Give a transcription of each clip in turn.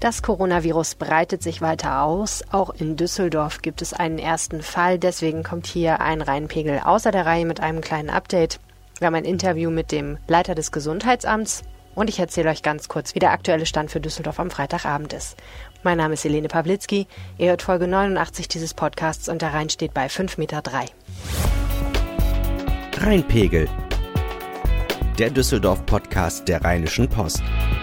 Das Coronavirus breitet sich weiter aus. Auch in Düsseldorf gibt es einen ersten Fall. Deswegen kommt hier ein Rheinpegel außer der Reihe mit einem kleinen Update. Wir haben ein Interview mit dem Leiter des Gesundheitsamts und ich erzähle euch ganz kurz, wie der aktuelle Stand für Düsseldorf am Freitagabend ist. Mein Name ist Helene Pawlitzki. Ihr hört Folge 89 dieses Podcasts und der Rhein steht bei 5,3 Meter. Rheinpegel, der Düsseldorf-Podcast der Rheinischen Post.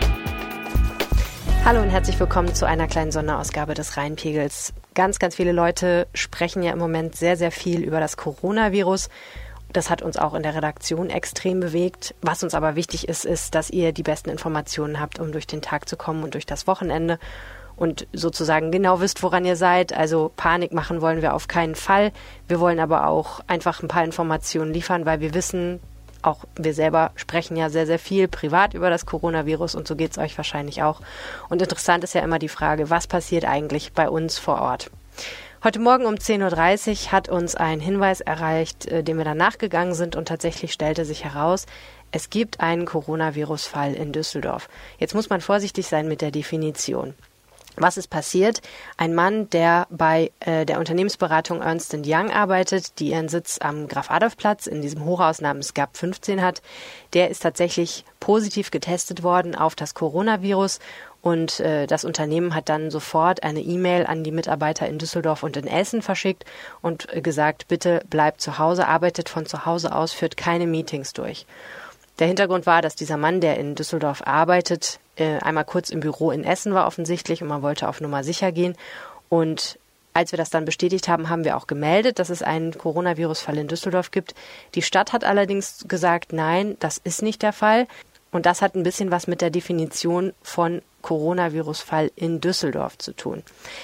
Hallo und herzlich willkommen zu einer kleinen Sonderausgabe des Rheinpegels. Ganz viele Leute sprechen ja im Moment sehr, sehr viel über das Coronavirus. Das hat uns auch in der Redaktion extrem bewegt. Was uns aber wichtig ist, ist, dass ihr die besten Informationen habt, um durch den Tag zu kommen und durch das Wochenende und sozusagen genau wisst, woran ihr seid. Also Panik machen wollen wir auf keinen Fall. Wir wollen aber auch einfach ein paar Informationen liefern, weil wir wissen, auch wir selber sprechen ja sehr, sehr viel privat über das Coronavirus und so geht es euch wahrscheinlich auch. Und interessant ist ja immer die Frage, was passiert eigentlich bei uns vor Ort? Heute Morgen um 10.30 Uhr hat uns ein Hinweis erreicht, dem wir dann nachgegangen sind und tatsächlich stellte sich heraus, es gibt einen Coronavirus-Fall in Düsseldorf. Jetzt muss man vorsichtig sein mit der Definition. Was ist passiert? Ein Mann, der bei der Unternehmensberatung Ernst & Young arbeitet, die ihren Sitz am Graf-Adolf-Platz in diesem Hochhaus namens GAP 15 hat, der ist tatsächlich positiv getestet worden auf das Coronavirus und das Unternehmen hat dann sofort eine E-Mail an die Mitarbeiter in Düsseldorf und in Essen verschickt und gesagt, bitte bleibt zu Hause, arbeitet von zu Hause aus, führt keine Meetings durch. Der Hintergrund war, dass dieser Mann, der in Düsseldorf arbeitet, einmal kurz im Büro in Essen war offensichtlich und man wollte auf Nummer sicher gehen. Und als wir das dann bestätigt haben, haben wir auch gemeldet, dass es einen Coronavirus-Fall in Düsseldorf gibt. Die Stadt hat allerdings gesagt, nein, das ist nicht der Fall. Und das hat ein bisschen was mit der Definition von Coronavirus-Fall in Düsseldorf zu tun.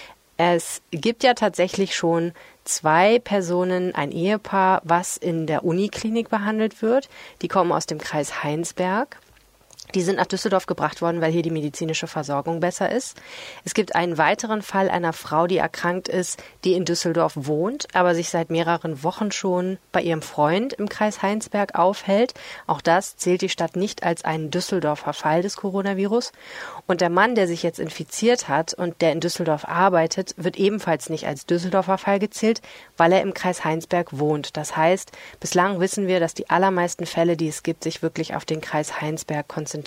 Es gibt ja tatsächlich schon 2 Personen, ein Ehepaar, was in der Uniklinik behandelt wird. Die kommen aus dem Kreis Heinsberg. Die sind nach Düsseldorf gebracht worden, weil hier die medizinische Versorgung besser ist. Es gibt einen weiteren Fall einer Frau, die erkrankt ist, die in Düsseldorf wohnt, aber sich seit mehreren Wochen schon bei ihrem Freund im Kreis Heinsberg aufhält. Auch das zählt die Stadt nicht als einen Düsseldorfer Fall des Coronavirus. Und der Mann, der sich jetzt infiziert hat und der in Düsseldorf arbeitet, wird ebenfalls nicht als Düsseldorfer Fall gezählt, weil er im Kreis Heinsberg wohnt. Das heißt, bislang wissen wir, dass die allermeisten Fälle, die es gibt, sich wirklich auf den Kreis Heinsberg konzentrieren.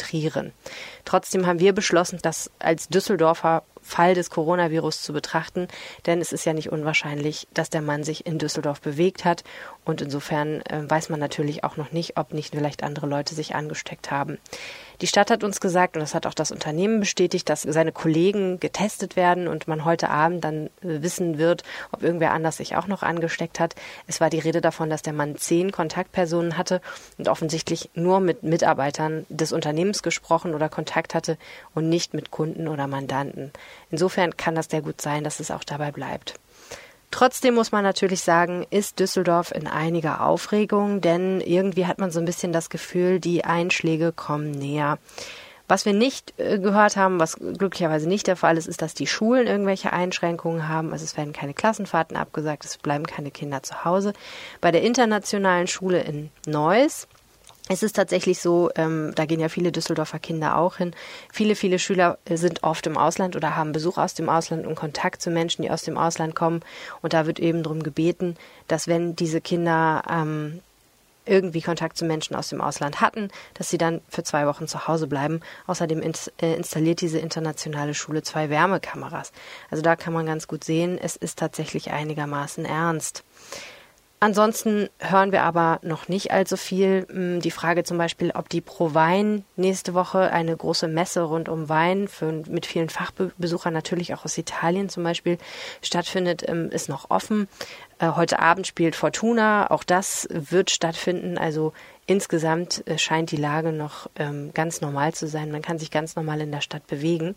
Trotzdem haben wir beschlossen, das als Düsseldorfer Fall des Coronavirus zu betrachten, denn es ist ja nicht unwahrscheinlich, dass der Mann sich in Düsseldorf bewegt hat und insofern weiß man natürlich auch noch nicht, ob nicht vielleicht andere Leute sich angesteckt haben. Die Stadt hat uns gesagt, und das hat auch das Unternehmen bestätigt, dass seine Kollegen getestet werden und man heute Abend dann wissen wird, ob irgendwer anders sich auch noch angesteckt hat. Es war die Rede davon, dass der Mann 10 Kontaktpersonen hatte und offensichtlich nur mit Mitarbeitern des Unternehmens gesprochen oder Kontakt hatte und nicht mit Kunden oder Mandanten. Insofern kann das sehr gut sein, dass es auch dabei bleibt. Trotzdem muss man natürlich sagen, ist Düsseldorf in einiger Aufregung, denn irgendwie hat man so ein bisschen das Gefühl, die Einschläge kommen näher. Was wir nicht gehört haben, was glücklicherweise nicht der Fall ist, ist, dass die Schulen irgendwelche Einschränkungen haben. Also es werden keine Klassenfahrten abgesagt, es bleiben keine Kinder zu Hause. Bei der internationalen Schule in Neuss es ist tatsächlich so, da gehen ja viele Düsseldorfer Kinder auch hin. Viele Schüler sind oft im Ausland oder haben Besuch aus dem Ausland und Kontakt zu Menschen, die aus dem Ausland kommen. Und da wird eben darum gebeten, dass wenn diese Kinder irgendwie Kontakt zu Menschen aus dem Ausland hatten, dass sie dann für 2 Wochen zu Hause bleiben. Außerdem installiert diese internationale Schule 2 Wärmekameras. Also da kann man ganz gut sehen, es ist tatsächlich einigermaßen ernst. Ansonsten hören wir aber noch nicht allzu viel. Die Frage zum Beispiel, ob die Pro Wein nächste Woche eine große Messe rund um Wein mit vielen Fachbesuchern, natürlich auch aus Italien zum Beispiel, stattfindet, ist noch offen. Heute Abend spielt Fortuna, auch das wird stattfinden. Also insgesamt scheint die Lage noch ganz normal zu sein. Man kann sich ganz normal in der Stadt bewegen.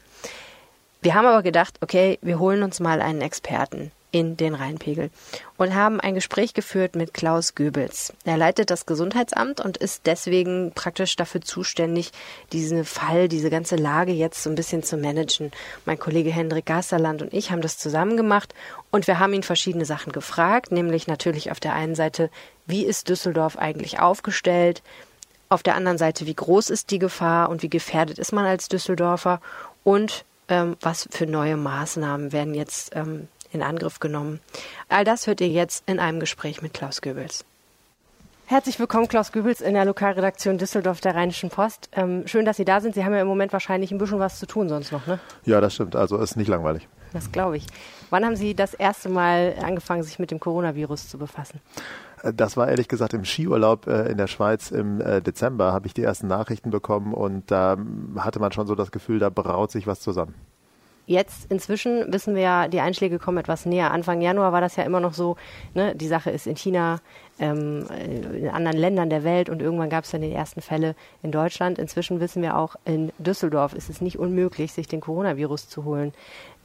Wir haben aber gedacht, okay, wir holen uns mal einen Experten in den Rheinpegel und haben ein Gespräch geführt mit Klaus Goebels. Er leitet das Gesundheitsamt und ist deswegen praktisch dafür zuständig, diesen Fall, diese ganze Lage jetzt so ein bisschen zu managen. Mein Kollege Hendrik Gasterland und ich haben das zusammen gemacht und wir haben ihn verschiedene Sachen gefragt, nämlich natürlich auf der einen Seite, wie ist Düsseldorf eigentlich aufgestellt? Auf der anderen Seite, wie groß ist die Gefahr und wie gefährdet ist man als Düsseldorfer? Und was für neue Maßnahmen werden jetzt in Angriff genommen. All das hört ihr jetzt in einem Gespräch mit Klaus Göbels. Herzlich willkommen, Klaus Göbels, in der Lokalredaktion Düsseldorf der Rheinischen Post. Schön, dass Sie da sind. Sie haben ja im Moment wahrscheinlich ein bisschen was zu tun sonst noch, ne? Ja, das stimmt. Also ist nicht langweilig. Das glaube ich. Wann haben Sie das erste Mal angefangen, sich mit dem Coronavirus zu befassen? Das war ehrlich gesagt im Skiurlaub in der Schweiz im Dezember, habe ich die ersten Nachrichten bekommen und da hatte man schon so das Gefühl, da braut sich was zusammen. Jetzt inzwischen wissen wir ja, die Einschläge kommen etwas näher. Anfang Januar war das ja immer noch so, ne? Die Sache ist in China, in anderen Ländern der Welt und irgendwann gab es dann die ersten Fälle in Deutschland. Inzwischen wissen wir auch, in Düsseldorf ist es nicht unmöglich, sich den Coronavirus zu holen.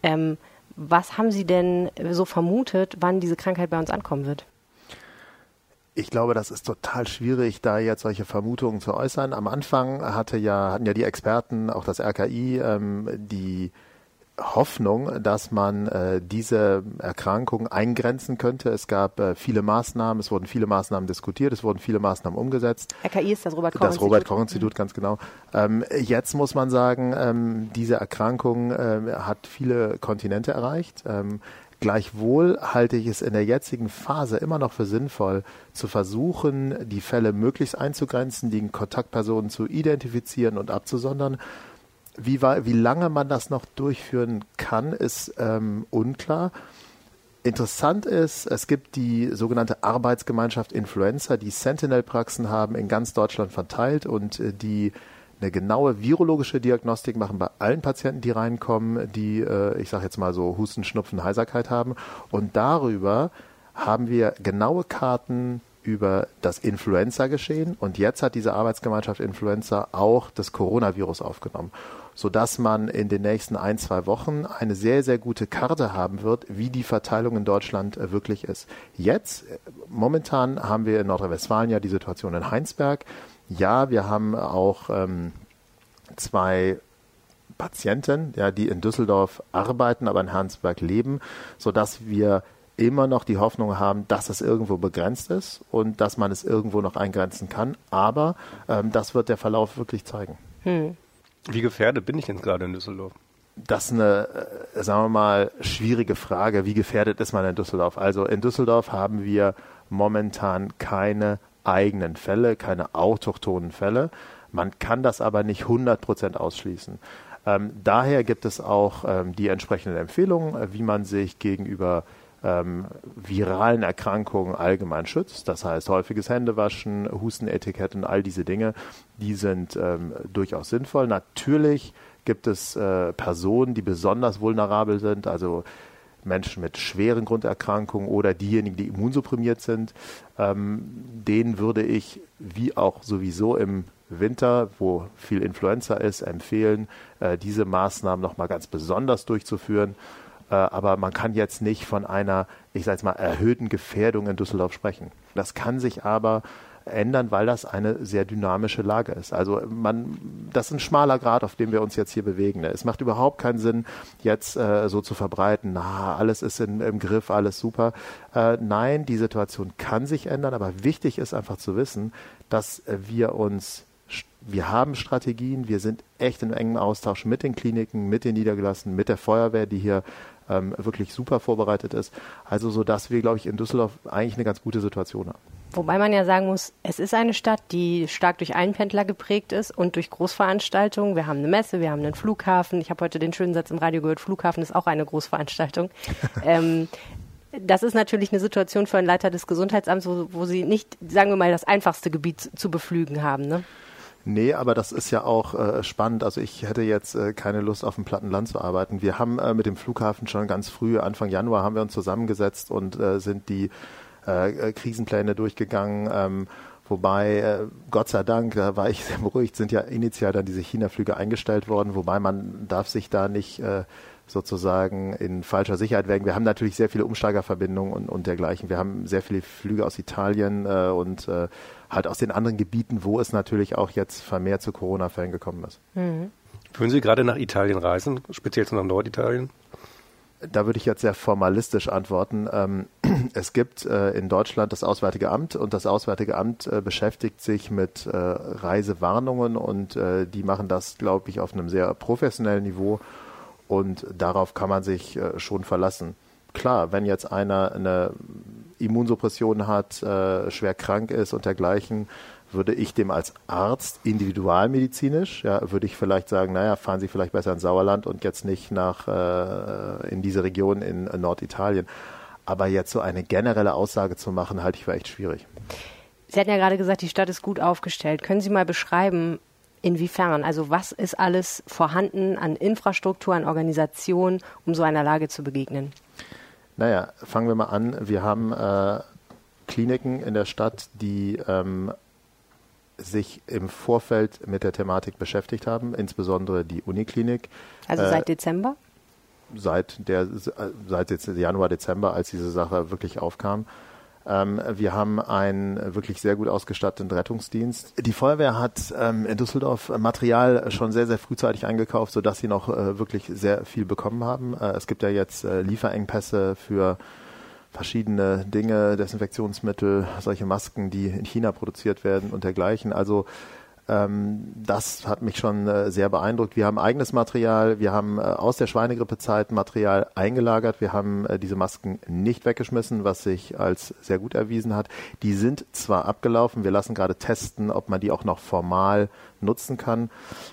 Was haben Sie denn so vermutet, wann diese Krankheit bei uns ankommen wird? Ich glaube, das ist total schwierig, da jetzt solche Vermutungen zu äußern. Am Anfang hatten ja die Experten, auch das RKI, die Hoffnung, dass man diese Erkrankung eingrenzen könnte. Es gab viele Maßnahmen, es wurden viele Maßnahmen diskutiert, es wurden viele Maßnahmen umgesetzt. RKI ist das Robert-Koch-Institut. Das Robert-Koch-Institut, ganz genau. Jetzt muss man sagen, diese Erkrankung hat viele Kontinente erreicht. Gleichwohl halte ich es in der jetzigen Phase immer noch für sinnvoll, zu versuchen, die Fälle möglichst einzugrenzen, die Kontaktpersonen zu identifizieren und abzusondern. Wie lange man das noch durchführen kann, ist unklar. Interessant ist, es gibt die sogenannte Arbeitsgemeinschaft Influenza, die Sentinel-Praxen haben in ganz Deutschland verteilt und die eine genaue virologische Diagnostik machen bei allen Patienten, die reinkommen, die, ich sage jetzt mal so, Husten, Schnupfen, Heiserkeit haben. Und darüber haben wir genaue Karten über das Influenza-Geschehen. Und jetzt hat diese Arbeitsgemeinschaft Influenza auch das Coronavirus aufgenommen, sodass man in den nächsten 1-2 Wochen eine sehr, sehr gute Karte haben wird, wie die Verteilung in Deutschland wirklich ist. Jetzt, momentan haben wir in Nordrhein-Westfalen ja die Situation in Heinsberg. Ja, wir haben auch 2 Patienten, ja, die in Düsseldorf arbeiten, aber in Heinsberg leben, sodass wir immer noch die Hoffnung haben, dass es irgendwo begrenzt ist und dass man es irgendwo noch eingrenzen kann. Aber das wird der Verlauf wirklich zeigen. Wie gefährdet bin ich denn gerade in Düsseldorf? Das ist eine, sagen wir mal, schwierige Frage. Wie gefährdet ist man in Düsseldorf? Also in Düsseldorf haben wir momentan keine eigenen Fälle, keine autochthonen Fälle. Man kann das aber nicht 100% ausschließen. Daher gibt es auch die entsprechenden Empfehlungen, wie man sich gegenüber viralen Erkrankungen allgemein schützt. Das heißt, häufiges Händewaschen, Hustenetikett und all diese Dinge, die sind durchaus sinnvoll. Natürlich gibt es Personen, die besonders vulnerabel sind, also Menschen mit schweren Grunderkrankungen oder diejenigen, die immunsupprimiert sind. Denen würde ich, wie auch sowieso im Winter, wo viel Influenza ist, empfehlen, diese Maßnahmen nochmal ganz besonders durchzuführen. Aber man kann jetzt nicht von einer, ich sage jetzt mal, erhöhten Gefährdung in Düsseldorf sprechen. Das kann sich aber ändern, weil das eine sehr dynamische Lage ist. Also das ist ein schmaler Grat, auf dem wir uns jetzt hier bewegen. Es macht überhaupt keinen Sinn, jetzt so zu verbreiten, alles ist im Griff, alles super. Nein, die Situation kann sich ändern, aber wichtig ist einfach zu wissen, dass wir haben Strategien, wir sind echt in engem Austausch mit den Kliniken, mit den Niedergelassenen, mit der Feuerwehr, die hier wirklich super vorbereitet ist. Also so, dass wir, glaube ich, in Düsseldorf eigentlich eine ganz gute Situation haben. Wobei man ja sagen muss, es ist eine Stadt, die stark durch Einpendler geprägt ist und durch Großveranstaltungen. Wir haben eine Messe, wir haben einen Flughafen. Ich habe heute den schönen Satz im Radio gehört, Flughafen ist auch eine Großveranstaltung. Das ist natürlich eine Situation für einen Leiter des Gesundheitsamts, wo Sie nicht, sagen wir mal, das einfachste Gebiet zu beflügen haben, ne? Nee, aber das ist ja auch spannend. Also ich hätte jetzt keine Lust, auf dem platten Land zu arbeiten. Wir haben mit dem Flughafen schon ganz früh, Anfang Januar, haben wir uns zusammengesetzt und sind die Krisenpläne durchgegangen. Wobei, Gott sei Dank, da war ich sehr beruhigt, sind ja initial dann diese China-Flüge eingestellt worden. Wobei man darf sich da nicht sozusagen in falscher Sicherheit wägen. Wir haben natürlich sehr viele Umsteigerverbindungen und dergleichen. Wir haben sehr viele Flüge aus Italien und halt aus den anderen Gebieten, wo es natürlich auch jetzt vermehrt zu Corona-Fällen gekommen ist. Mhm. Würden Sie gerade nach Italien reisen, speziell nach Norditalien? Da würde ich jetzt sehr formalistisch antworten. Es gibt in Deutschland das Auswärtige Amt und das Auswärtige Amt beschäftigt sich mit Reisewarnungen und die machen das, glaube ich, auf einem sehr professionellen Niveau. Und darauf kann man sich schon verlassen. Klar, wenn jetzt einer eine Immunsuppression hat, schwer krank ist und dergleichen, würde ich dem als Arzt individualmedizinisch, würde ich vielleicht sagen, fahren Sie vielleicht besser ins Sauerland und jetzt nicht in diese Region in Norditalien. Aber jetzt so eine generelle Aussage zu machen, halte ich für echt schwierig. Sie hatten ja gerade gesagt, die Stadt ist gut aufgestellt. Können Sie mal beschreiben, inwiefern? Also was ist alles vorhanden an Infrastruktur, an Organisation, um so einer Lage zu begegnen? Fangen wir mal an. Wir haben Kliniken in der Stadt, die sich im Vorfeld mit der Thematik beschäftigt haben, insbesondere die Uniklinik. Also seit Dezember? Seit jetzt Januar, Dezember, als diese Sache wirklich aufkam. Wir haben einen wirklich sehr gut ausgestatteten Rettungsdienst. Die Feuerwehr hat in Düsseldorf Material schon sehr, sehr frühzeitig eingekauft, sodass sie noch wirklich sehr viel bekommen haben. Es gibt ja jetzt Lieferengpässe für verschiedene Dinge, Desinfektionsmittel, solche Masken, die in China produziert werden und dergleichen. Also das hat mich schon sehr beeindruckt. Wir haben eigenes Material, wir haben aus der Schweinegrippezeit Material eingelagert, wir haben diese Masken nicht weggeschmissen, was sich als sehr gut erwiesen hat. Die sind zwar abgelaufen, wir lassen gerade testen, ob man die auch noch formal nutzen kann.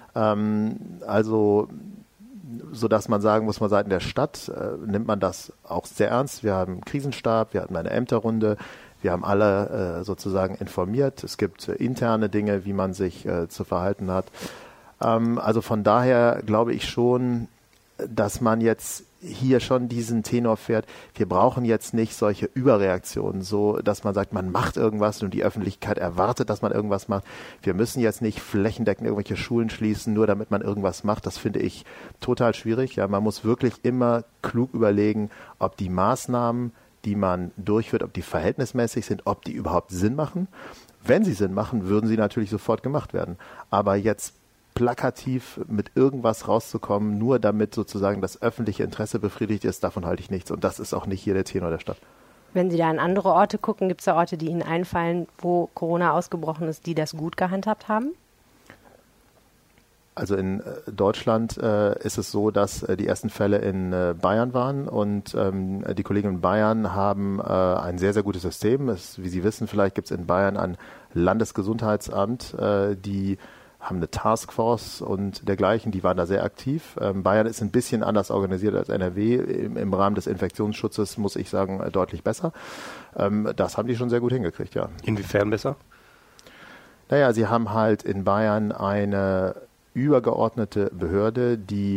Sodass man sagen muss, von Seiten der Stadt nimmt man das auch sehr ernst. Wir haben einen Krisenstab, wir hatten eine Ämterrunde, wir haben alle sozusagen informiert. Es gibt interne Dinge, wie man sich zu verhalten hat. Also von daher glaube ich schon, dass man jetzt hier schon diesen Tenor fährt. Wir brauchen jetzt nicht solche Überreaktionen, so dass man sagt, man macht irgendwas und die Öffentlichkeit erwartet, dass man irgendwas macht. Wir müssen jetzt nicht flächendeckend irgendwelche Schulen schließen, nur damit man irgendwas macht. Das finde ich total schwierig. Ja, man muss wirklich immer klug überlegen, ob die Maßnahmen, die man durchführt, ob die verhältnismäßig sind, ob die überhaupt Sinn machen. Wenn sie Sinn machen, würden sie natürlich sofort gemacht werden. Aber jetzt plakativ mit irgendwas rauszukommen, nur damit sozusagen das öffentliche Interesse befriedigt ist, davon halte ich nichts. Und das ist auch nicht hier der Tenor der Stadt. Wenn Sie da an andere Orte gucken, gibt es da Orte, die Ihnen einfallen, wo Corona ausgebrochen ist, die das gut gehandhabt haben? Also in Deutschland ist es so, dass die ersten Fälle in Bayern waren und die Kollegen in Bayern haben ein sehr, sehr gutes System. Wie Sie wissen, vielleicht gibt es in Bayern ein Landesgesundheitsamt, die haben eine Taskforce und dergleichen, die waren da sehr aktiv. Bayern ist ein bisschen anders organisiert als NRW. Im Rahmen des Infektionsschutzes, muss ich sagen, deutlich besser. Das haben die schon sehr gut hingekriegt, ja. Inwiefern besser? Sie haben halt in Bayern eine übergeordnete Behörde, die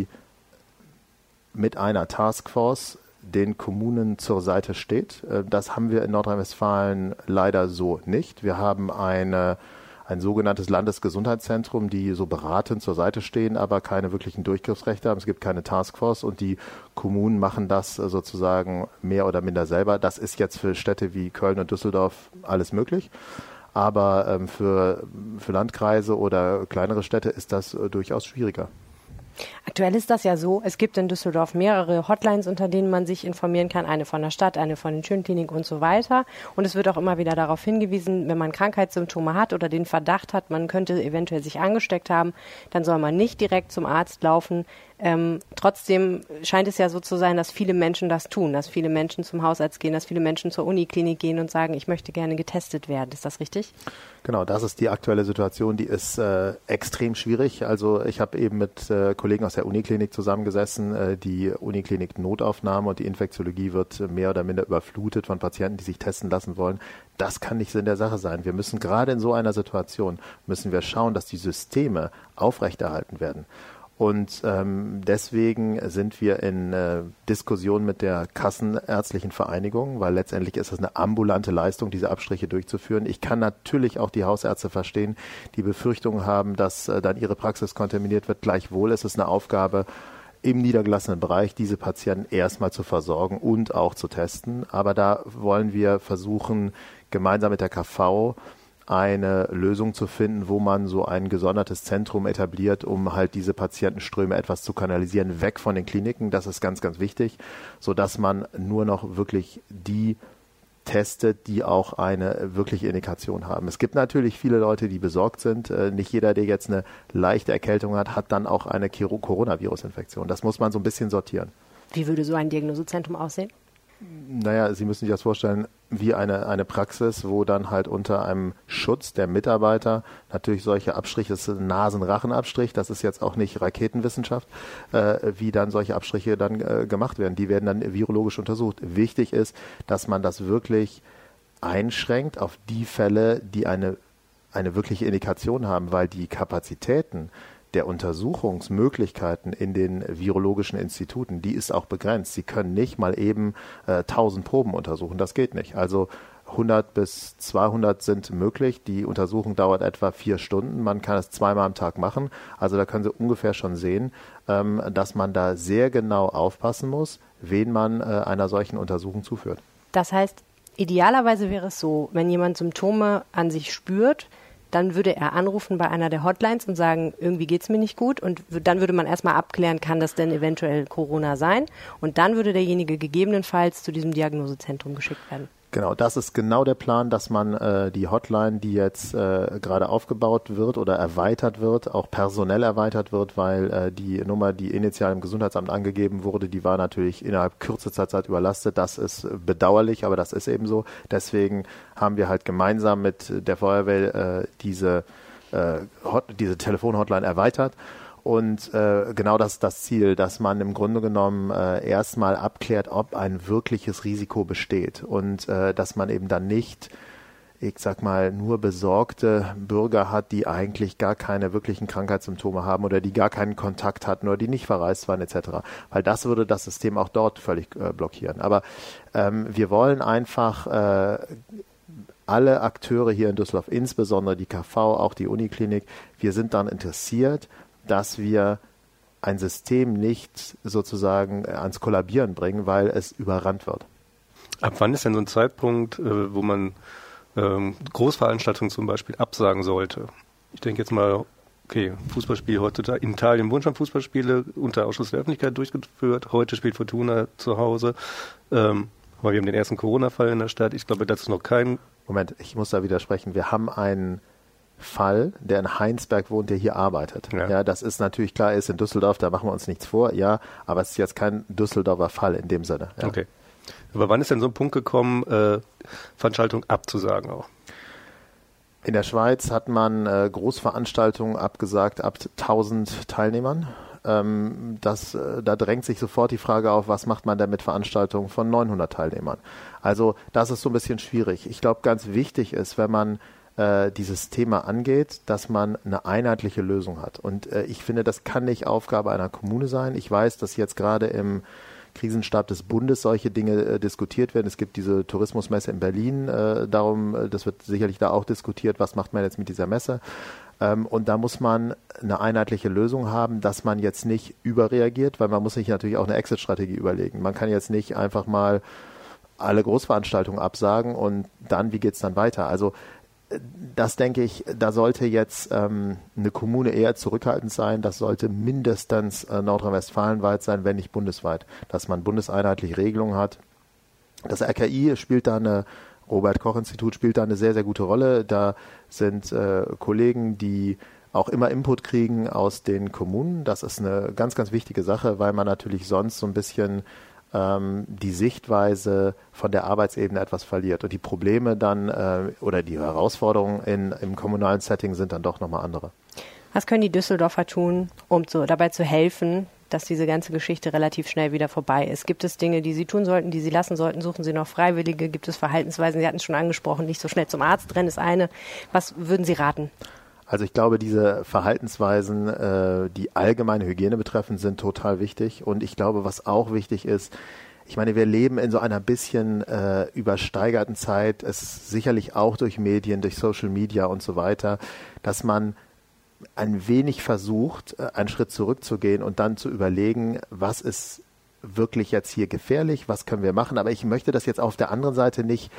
mit einer Taskforce den Kommunen zur Seite steht. Das haben wir in Nordrhein-Westfalen leider so nicht. Wir haben ein sogenanntes Landesgesundheitszentrum, die so beratend zur Seite stehen, aber keine wirklichen Durchgriffsrechte haben. Es gibt keine Taskforce und die Kommunen machen das sozusagen mehr oder minder selber. Das ist jetzt für Städte wie Köln und Düsseldorf alles möglich. Aber für Landkreise oder kleinere Städte ist das durchaus schwieriger. Aktuell ist das ja so, es gibt in Düsseldorf mehrere Hotlines, unter denen man sich informieren kann, eine von der Stadt, eine von den Schönkliniken und so weiter. Und es wird auch immer wieder darauf hingewiesen, wenn man Krankheitssymptome hat oder den Verdacht hat, man könnte eventuell sich angesteckt haben, dann soll man nicht direkt zum Arzt laufen. Trotzdem scheint es ja so zu sein, dass viele Menschen das tun, dass viele Menschen zum Hausarzt gehen, dass viele Menschen zur Uniklinik gehen und sagen, ich möchte gerne getestet werden. Ist das richtig? Genau, das ist die aktuelle Situation, die ist extrem schwierig. Also ich habe eben mit Kollegen aus der Uniklinik zusammengesessen. Die Uniklinik Notaufnahme und die Infektiologie wird mehr oder minder überflutet von Patienten, die sich testen lassen wollen. Das kann nicht Sinn der Sache sein. Wir müssen gerade in so einer Situation, müssen wir schauen, dass die Systeme aufrechterhalten werden. Und deswegen sind wir in Diskussion mit der Kassenärztlichen Vereinigung, weil letztendlich ist es eine ambulante Leistung, diese Abstriche durchzuführen. Ich kann natürlich auch die Hausärzte verstehen, die Befürchtungen haben, dass dann ihre Praxis kontaminiert wird. Gleichwohl ist es eine Aufgabe im niedergelassenen Bereich, diese Patienten erstmal zu versorgen und auch zu testen. Aber da wollen wir versuchen, gemeinsam mit der KV eine Lösung zu finden, wo man so ein gesondertes Zentrum etabliert, um halt diese Patientenströme etwas zu kanalisieren, weg von den Kliniken. Das ist ganz, ganz wichtig, sodass man nur noch wirklich die testet, die auch eine wirkliche Indikation haben. Es gibt natürlich viele Leute, die besorgt sind. Nicht jeder, der jetzt eine leichte Erkältung hat, hat dann auch eine Coronavirus-Infektion. Das muss man so ein bisschen sortieren. Wie würde so ein Diagnosezentrum aussehen? Naja, Sie müssen sich das vorstellen wie eine Praxis, wo dann halt unter einem Schutz der Mitarbeiter natürlich solche Abstriche, das ist ein Nasen-Rachen-Abstrich, das ist jetzt auch nicht Raketenwissenschaft, wie dann solche Abstriche dann gemacht werden. Die werden dann virologisch untersucht. Wichtig ist, dass man das wirklich einschränkt auf die Fälle, die eine wirkliche Indikation haben, weil die Kapazitäten der Untersuchungsmöglichkeiten in den virologischen Instituten, die ist auch begrenzt. Sie können nicht mal eben 1000 Proben untersuchen, das geht nicht. Also 100 bis 200 sind möglich. Die Untersuchung dauert etwa 4 Stunden. Man kann es 2-mal am Tag machen. Also da können Sie ungefähr schon sehen, dass man da sehr genau aufpassen muss, wen man einer solchen Untersuchung zuführt. Das heißt, idealerweise wäre es so, wenn jemand Symptome an sich spürt, dann würde er anrufen bei einer der Hotlines und sagen, irgendwie geht es mir nicht gut. Und dann würde man erstmal abklären, kann das denn eventuell Corona sein? Und dann würde derjenige gegebenenfalls zu diesem Diagnosezentrum geschickt werden. Genau, das ist genau der Plan, dass man die Hotline, die jetzt gerade aufgebaut wird oder erweitert wird, auch personell erweitert wird, weil die Nummer, die initial im Gesundheitsamt angegeben wurde, die war natürlich innerhalb kürzester Zeit überlastet. Das ist bedauerlich, aber das ist eben so. Deswegen haben wir halt gemeinsam mit der Feuerwehr diese Telefonhotline erweitert. Und genau das ist das Ziel, dass man im Grunde genommen erstmal abklärt, ob ein wirkliches Risiko besteht und dass man eben dann nicht, ich sag mal, nur besorgte Bürger hat, die eigentlich gar keine wirklichen Krankheitssymptome haben oder die gar keinen Kontakt hatten oder die nicht verreist waren etc. Weil das würde das System auch dort völlig blockieren. Aber wir wollen einfach alle Akteure hier in Düsseldorf, insbesondere die KV, auch die Uniklinik, wir sind daran interessiert, dass wir ein System nicht sozusagen ans Kollabieren bringen, weil es überrannt wird. Ab wann ist denn so ein Zeitpunkt, wo man Großveranstaltungen zum Beispiel absagen sollte? Ich denke jetzt mal, okay, Fußballspiel heutzutage, in Italien wurden schon Fußballspiele unter Ausschluss der Öffentlichkeit durchgeführt, heute spielt Fortuna zu Hause, aber wir haben den ersten Corona-Fall in der Stadt, ich glaube, das ist noch kein... Moment, ich muss da widersprechen, wir haben einen Fall, der in Heinsberg wohnt, der hier arbeitet. Ja, das ist natürlich klar, er ist in Düsseldorf, da machen wir uns nichts vor, ja, aber es ist jetzt kein Düsseldorfer Fall in dem Sinne. Ja. Okay. Aber wann ist denn so ein Punkt gekommen, Veranstaltungen abzusagen auch? In der Schweiz hat man Großveranstaltungen abgesagt ab 1000 Teilnehmern. Da drängt sich sofort die Frage auf, was macht man denn mit Veranstaltungen von 900 Teilnehmern? Also das ist so ein bisschen schwierig. Ich glaube, ganz wichtig ist, wenn man dieses Thema angeht, dass man eine einheitliche Lösung hat. Und ich finde, das kann nicht Aufgabe einer Kommune sein. Ich weiß, dass jetzt gerade im Krisenstab des Bundes solche Dinge diskutiert werden. Es gibt diese Tourismusmesse in Berlin. Das wird sicherlich da auch diskutiert, was macht man jetzt mit dieser Messe. Und da muss man eine einheitliche Lösung haben, dass man jetzt nicht überreagiert, weil man muss sich natürlich auch eine Exit-Strategie überlegen. Man kann jetzt nicht einfach mal alle Großveranstaltungen absagen und dann, wie geht es dann weiter? Also das denke ich, da sollte jetzt eine Kommune eher zurückhaltend sein. Das sollte mindestens nordrhein-westfalenweit sein, wenn nicht bundesweit, dass man bundeseinheitliche Regelungen hat. Das RKI spielt da Robert-Koch-Institut spielt da eine sehr, sehr gute Rolle. Da sind Kollegen, die auch immer Input kriegen aus den Kommunen. Das ist eine ganz, ganz wichtige Sache, weil man natürlich sonst so ein bisschen die Sichtweise von der Arbeitsebene etwas verliert. Und die Probleme dann oder die Herausforderungen im kommunalen Setting sind dann doch nochmal andere. Was können die Düsseldorfer tun, um dabei zu helfen, dass diese ganze Geschichte relativ schnell wieder vorbei ist? Gibt es Dinge, die Sie tun sollten, die Sie lassen sollten? Suchen Sie noch Freiwillige? Gibt es Verhaltensweisen? Sie hatten es schon angesprochen, nicht so schnell zum Arzt rennen ist eine. Was würden Sie raten? Also ich glaube, diese Verhaltensweisen, die allgemeine Hygiene betreffen, sind total wichtig. Und ich glaube, was auch wichtig ist, ich meine, wir leben in so einer bisschen übersteigerten Zeit, es sicherlich auch durch Medien, durch Social Media und so weiter, dass man ein wenig versucht, einen Schritt zurückzugehen und dann zu überlegen, was ist wirklich jetzt hier gefährlich, was können wir machen. Aber ich möchte das jetzt auf der anderen Seite nicht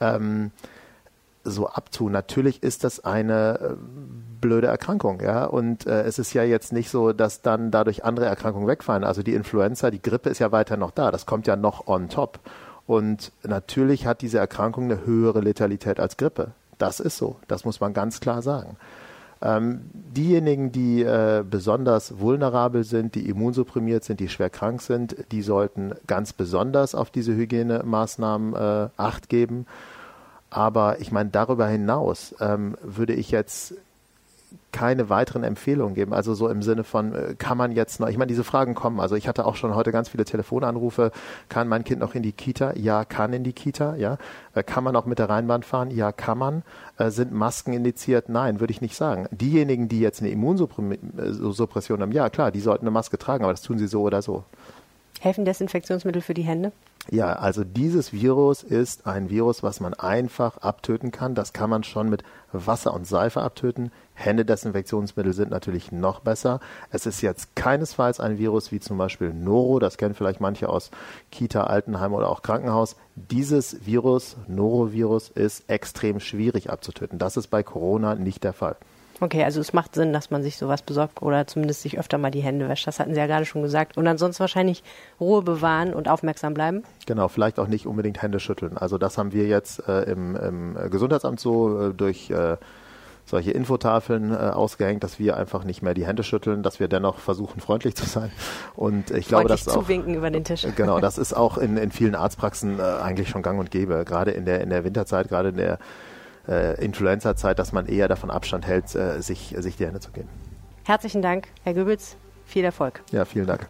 so abtun. Natürlich ist das eine blöde Erkrankung, ja, und es ist ja jetzt nicht so, dass dann dadurch andere Erkrankungen wegfallen. Also die Influenza, die Grippe ist ja weiter noch da, das kommt ja noch on top. Und natürlich hat diese Erkrankung eine höhere Letalität als Grippe. Das ist so, das muss man ganz klar sagen. Diejenigen, die besonders vulnerabel sind, die immunsupprimiert sind, die schwer krank sind, die sollten ganz besonders auf diese Hygienemaßnahmen Acht geben. Aber ich meine, darüber hinaus würde ich jetzt keine weiteren Empfehlungen geben. Also so im Sinne von, kann man jetzt noch, ich meine, diese Fragen kommen. Also ich hatte auch schon heute ganz viele Telefonanrufe. Kann mein Kind noch in die Kita? Ja, kann in die Kita. Ja. Kann man auch mit der Rheinbahn fahren? Ja, kann man. Sind Masken indiziert? Nein, würde ich nicht sagen. Diejenigen, die jetzt eine Immunsuppression haben, ja klar, die sollten eine Maske tragen, aber das tun sie so oder so. Helfen Desinfektionsmittel für die Hände? Ja, also dieses Virus ist ein Virus, was man einfach abtöten kann. Das kann man schon mit Wasser und Seife abtöten. Händedesinfektionsmittel sind natürlich noch besser. Es ist jetzt keinesfalls ein Virus wie zum Beispiel Noro, das kennen vielleicht manche aus Kita, Altenheim oder auch Krankenhaus. Dieses Virus, Norovirus, ist extrem schwierig abzutöten. Das ist bei Corona nicht der Fall. Okay, also es macht Sinn, dass man sich sowas besorgt oder zumindest sich öfter mal die Hände wäscht. Das hatten Sie ja gerade schon gesagt. Und ansonsten wahrscheinlich Ruhe bewahren und aufmerksam bleiben. Genau, vielleicht auch nicht unbedingt Hände schütteln. Also das haben wir jetzt im Gesundheitsamt so durch solche Infotafeln ausgehängt, dass wir einfach nicht mehr die Hände schütteln, dass wir dennoch versuchen, freundlich zu sein. Und ich glaube, dass auch zuwinken über den Tisch. Genau, das ist auch in vielen Arztpraxen eigentlich schon gang und gäbe. Gerade in der Winterzeit, gerade in der Influenza-Zeit, dass man eher davon Abstand hält, sich die Hände zu geben. Herzlichen Dank, Herr Goebels. Viel Erfolg. Ja, vielen Dank.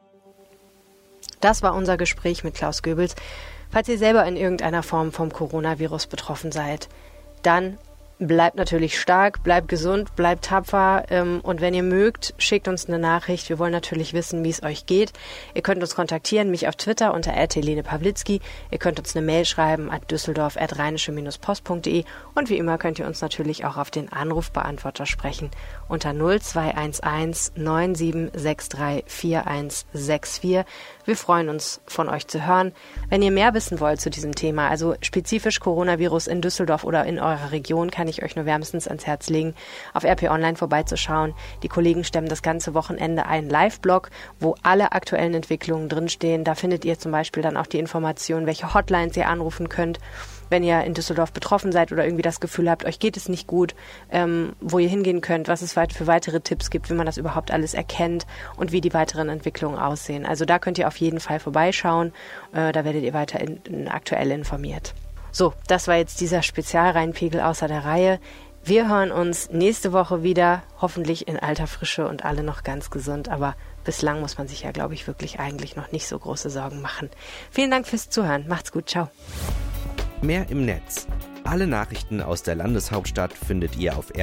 Das war unser Gespräch mit Klaus Goebels. Falls ihr selber in irgendeiner Form vom Coronavirus betroffen seid, dann bleibt natürlich stark, bleibt gesund, bleibt tapfer und wenn ihr mögt, schickt uns eine Nachricht. Wir wollen natürlich wissen, wie es euch geht. Ihr könnt uns kontaktieren, mich auf Twitter unter @HelenePawlitzki. Ihr könnt uns eine Mail schreiben @düsseldorf@rheinische-post.de und wie immer könnt ihr uns natürlich auch auf den Anrufbeantworter sprechen unter 0211 9763 4164. Wir freuen uns, von euch zu hören. Wenn ihr mehr wissen wollt zu diesem Thema, also spezifisch Coronavirus in Düsseldorf oder in eurer Region, kann ich euch nur wärmstens ans Herz legen, auf RP Online vorbeizuschauen. Die Kollegen stemmen das ganze Wochenende einen Live-Blog, wo alle aktuellen Entwicklungen drinstehen. Da findet ihr zum Beispiel dann auch die Information, welche Hotlines ihr anrufen könnt, wenn ihr in Düsseldorf betroffen seid oder irgendwie das Gefühl habt, euch geht es nicht gut, wo ihr hingehen könnt, was es für weitere Tipps gibt, wie man das überhaupt alles erkennt und wie die weiteren Entwicklungen aussehen. Also da könnt ihr auf jeden Fall vorbeischauen. Da werdet ihr weiter aktuell informiert. So, das war jetzt dieser Spezialrheinpegel außer der Reihe. Wir hören uns nächste Woche wieder, hoffentlich in alter Frische und alle noch ganz gesund, aber bislang muss man sich ja, glaube ich, wirklich eigentlich noch nicht so große Sorgen machen. Vielen Dank fürs Zuhören. Macht's gut. Ciao. Mehr im Netz. Alle Nachrichten aus der Landeshauptstadt findet ihr auf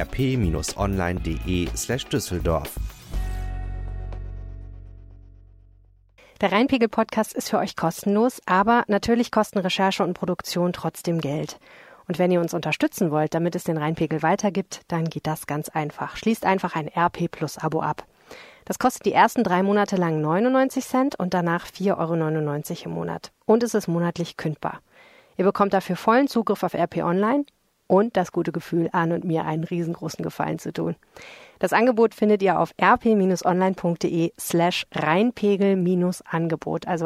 rp-online.de/Düsseldorf. Der Rheinpegel-Podcast ist für euch kostenlos, aber natürlich kosten Recherche und Produktion trotzdem Geld. Und wenn ihr uns unterstützen wollt, damit es den Rheinpegel weitergibt, dann geht das ganz einfach. Schließt einfach ein RP-Plus-Abo ab. Das kostet die ersten 3 Monate lang 99 Cent und danach 4,99 € im Monat. Und es ist monatlich kündbar. Ihr bekommt dafür vollen Zugriff auf RP Online und das gute Gefühl, Arne und mir einen riesengroßen Gefallen zu tun. Das Angebot findet ihr auf rp-online.de/Rheinpegel-Angebot, also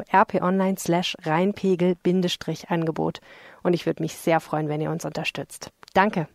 rp-online/Rheinpegel-Angebot. Und ich würde mich sehr freuen, wenn ihr uns unterstützt. Danke.